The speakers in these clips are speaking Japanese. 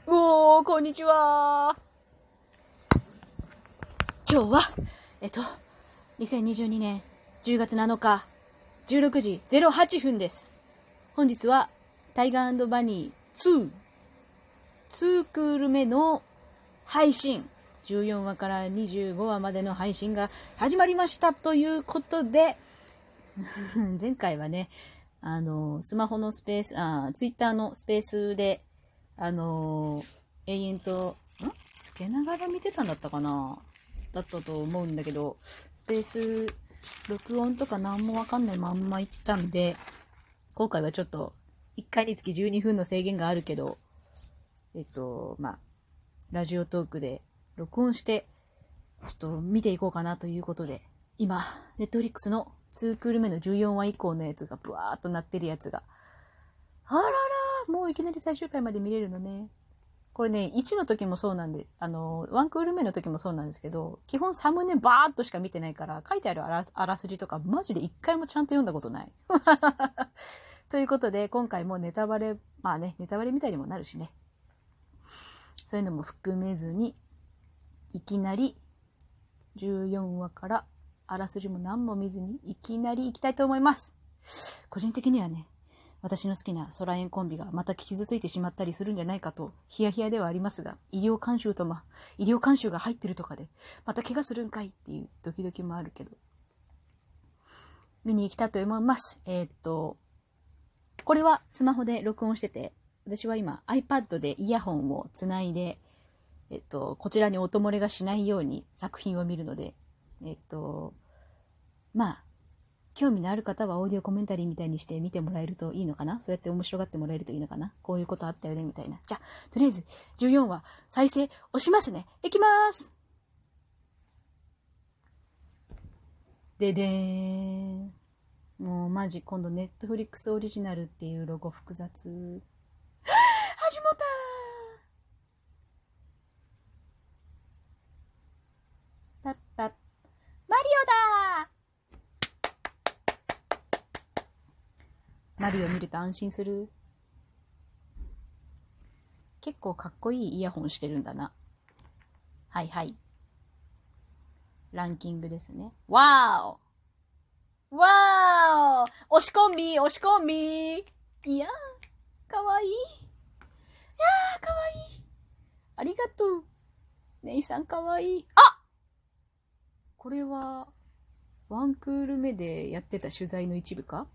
こんにちは。今日は、2022年10月7日、16時08分です。本日は、タイガー&バニー2クール目の配信、14話から25話までの配信が始まりましたということで、前回はね、スマホのスペース、ツイッターのスペースで、永遠と、つけながら見てたんだったかなだったと思うんだけど、スペース、録音とか何もわかんないまんま行ったんで、今回はちょっと、1回につき12分の制限があるけど、ラジオトークで録音して、ちょっと見ていこうかなということで、今、ネットフリックスの2クール目の14話以降のやつがブワーっとなってるやつが、あらら、もういきなり最終回まで見れるのね。これね、1の時もそうなんで、1クール目の時もそうなんですけど、基本サムネバーっとしか見てないから、書いてあるあらすじとか、マジで1回もちゃんと読んだことない。ということで、今回もネタバレ、ネタバレみたいにもなるしね。そういうのも含めずに、いきなり、14話からあらすじも何も見ずに、いきなり行きたいと思います。個人的にはね、私の好きなソラエンコンビがまた傷ついてしまったりするんじゃないかとヒヤヒヤではありますが、医療監修が入ってるとかでまた怪我するんかいっていうドキドキもあるけど、見に行きたいと思います。これはスマホで録音してて、私は今 iPad でイヤホンをつないで、こちらに音漏れがしないように作品を見るので、興味のある方はオーディオコメンタリーみたいにして見てもらえるといいのかな。そうやって面白がってもらえるといいのかな。こういうことあったよねみたいな。じゃあ、とりあえず14話再生押しますね。いきまーす。ででーん。もうマジ今度ネットフリックスオリジナルっていうロゴ複雑。始まったー。パッパッ。マリオだー。マリオ見ると安心する。結構かっこいいイヤホンしてるんだな。はいはい。ランキングですね。わーおわーお押し込みいやー、かわいい。いやー、かわいい。ありがとう。ネイさんかわいい。あ、これは、ワンクール目でやってた取材の一部か？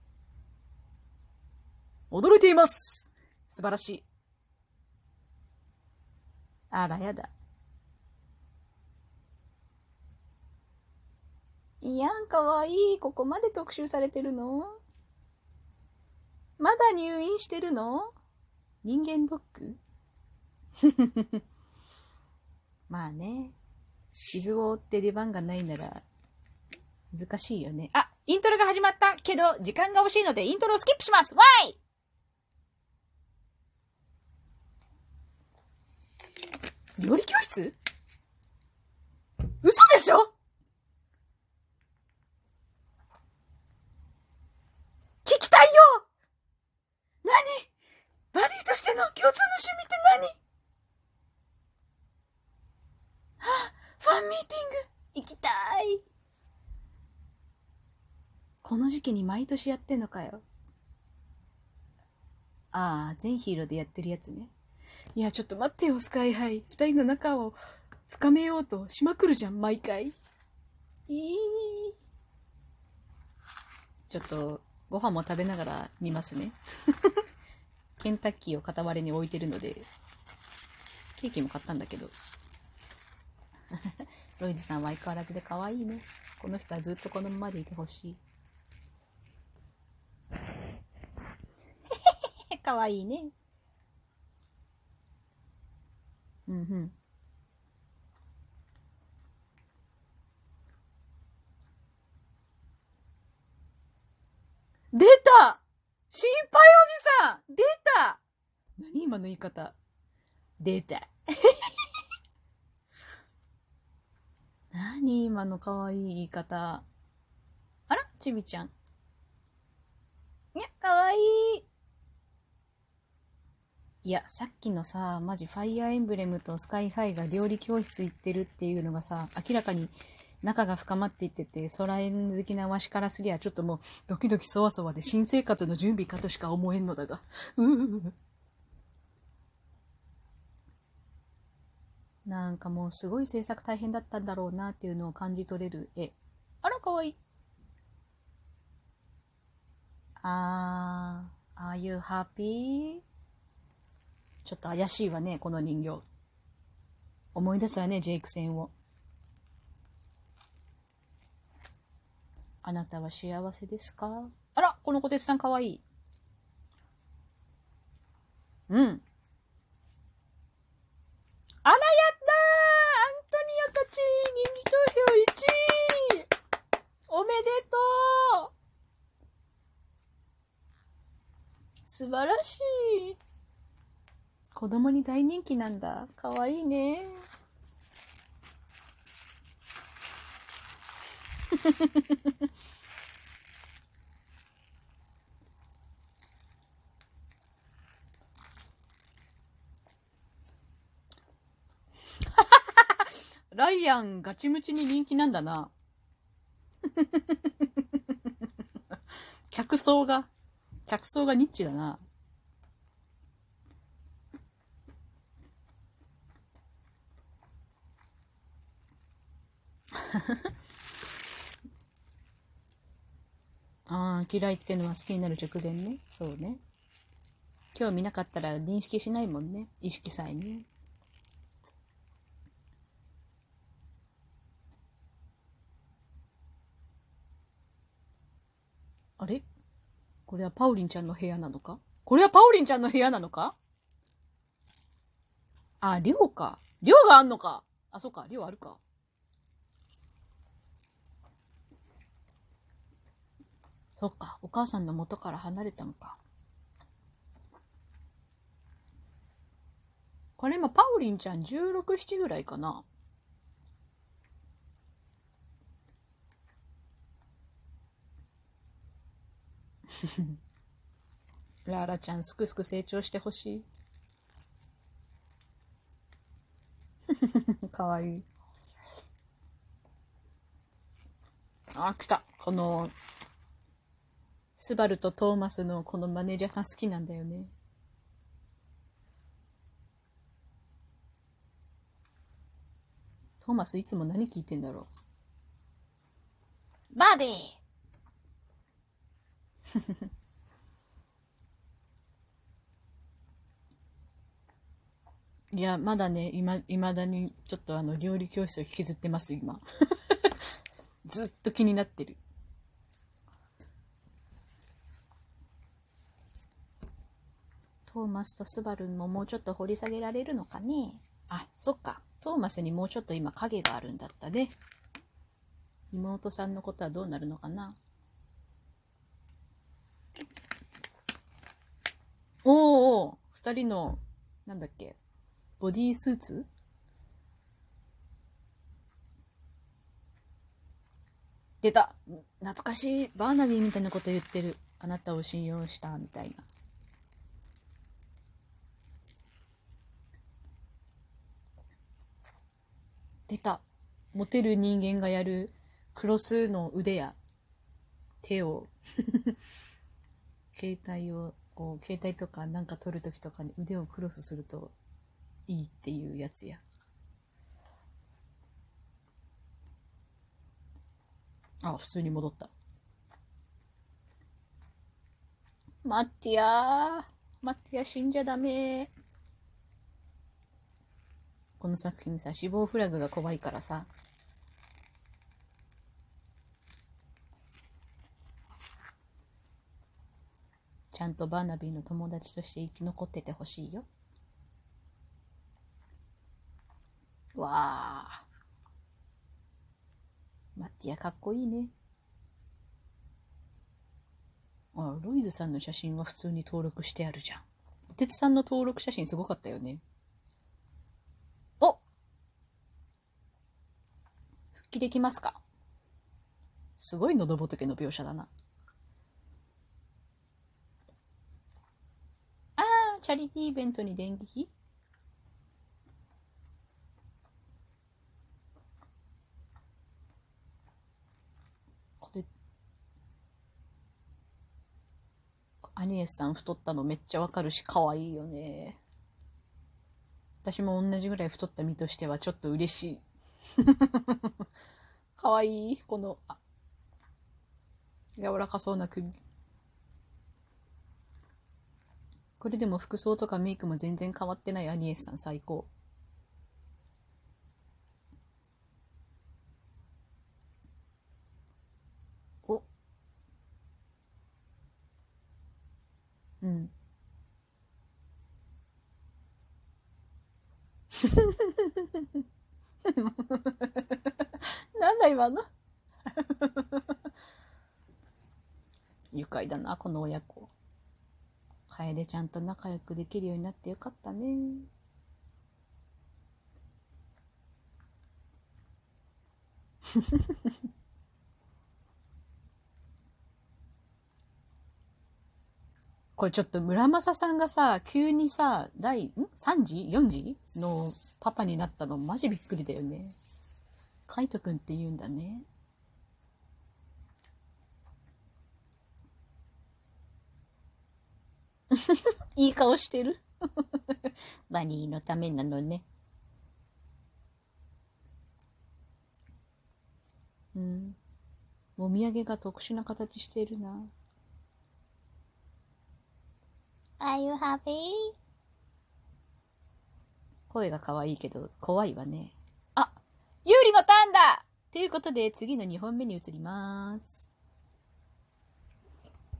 驚いています。素晴らしい。あら、やだ。いやん、かわいい。ここまで特集されてるの？まだ入院してるの？人間ドック？まあね。傷を負って出番がないなら、難しいよね。あ、イントロが始まったけど、時間が惜しいのでイントロをスキップします。わーい！料理教室？嘘でしょ？聞きたいよ！何？バディとしての共通の趣味って何？ファンミーティング行きたい。この時期に毎年やってんのかよ。全ヒーローでやってるやつね。いや、ちょっと待ってよ、スカイハイ。二人の仲を深めようとしまくるじゃん、毎回。ちょっと、ご飯も食べながら見ますね。ケンタッキーを片割れに置いてるので、ケーキも買ったんだけど。ロイズさんは相変わらずで可愛いね。この人はずっとこのままでいてほしい。可愛いね。うんうん。出た！心配おじさん出た！何今の言い方。出た。何今の可愛い言い方。あらちびちゃん。いや、可愛い。 いや、さっきのさ、マジファイアーエンブレムとスカイハイが料理教室行ってるっていうのがさ、明らかに仲が深まっていってて、空縁好きなわしからすりゃ、ちょっともうドキドキそわそわで新生活の準備かとしか思えんのだが。なんかもうすごい制作大変だったんだろうなっていうのを感じ取れる絵。あら、かわいい。Are you happy? ちょっと怪しいわね、この人形。思い出すわね、ジェイク戦を。あなたは幸せですか？あら、この小鉄さんかわいい。うん。あら、やったー、アントニオたち、人気投票1位、おめでとう。素晴らしい。子供に大人気なんだ。かわいいね。ライアンガチムチに人気なんだな。客層がニッチだな。嫌いってのは好きになる直前ね。そうね。興味なかったら認識しないもんね。意識さえね。あれ？これはパウリンちゃんの部屋なのか？あ、寮か。寮があんのか。あ、そうか。寮あるか。そっか。お母さんの元から離れたのか。これ今パウリンちゃん16、7ぐらいかな。ラーラちゃんすくすく成長してほしい。かわいい。あ、来た。この、スバルとトーマスのこのマネージャーさん好きなんだよね。トーマスいつも何聞いてんだろう。バーディーいや、まだね、未だにちょっと料理教室を引きずってます、今。ずっと気になってる。トーマスとスバルももうちょっと掘り下げられるのかね。あ、そっか。トーマスにもうちょっと今影があるんだったね。妹さんのことはどうなるのかな。おー、二人の、なんだっけ、ボディースーツ？出た。懐かしい。バーナビーみたいなこと言ってる。あなたを信用した、みたいな。出た。モテる人間がやるクロスの腕や手を携帯とかなんか撮るときとかに腕をクロスするといいっていうやつや。あ、普通に戻った。マッティア死んじゃダメ。この作品さ、死亡フラグが怖いからさ。ちゃんとバーナビーの友達として生き残っててほしいよ。わあ。マッティアかっこいいね。あ、ロイズさんの写真は普通に登録してあるじゃん。鉄さんの登録写真すごかったよね。お、復帰できますか？すごい喉仏の描写だな。 チャリティーイベントに電撃？これ、アニエスさん太ったのめっちゃわかるし、可愛いよね。私も同じぐらい太った身としてはちょっと嬉しい。可愛いこの、柔らかそうな首。これでも服装とかメイクも全然変わってないアニエスさん最高。お、うん。なんだ今の。愉快だな、この親子。楓ちゃんと仲良くできるようになってよかったね。これちょっと村正さんがさ、急にさ、3時 ?4 時のパパになったのマジびっくりだよね。カイトくんって言うんだね。いい顔してる。バニーのためなのね。うん。もみあげが特殊な形してるな。Are you happy? 声が可愛いけど怖いわね。あ、ユーリのターンだっていうことで次の2本目に移ります。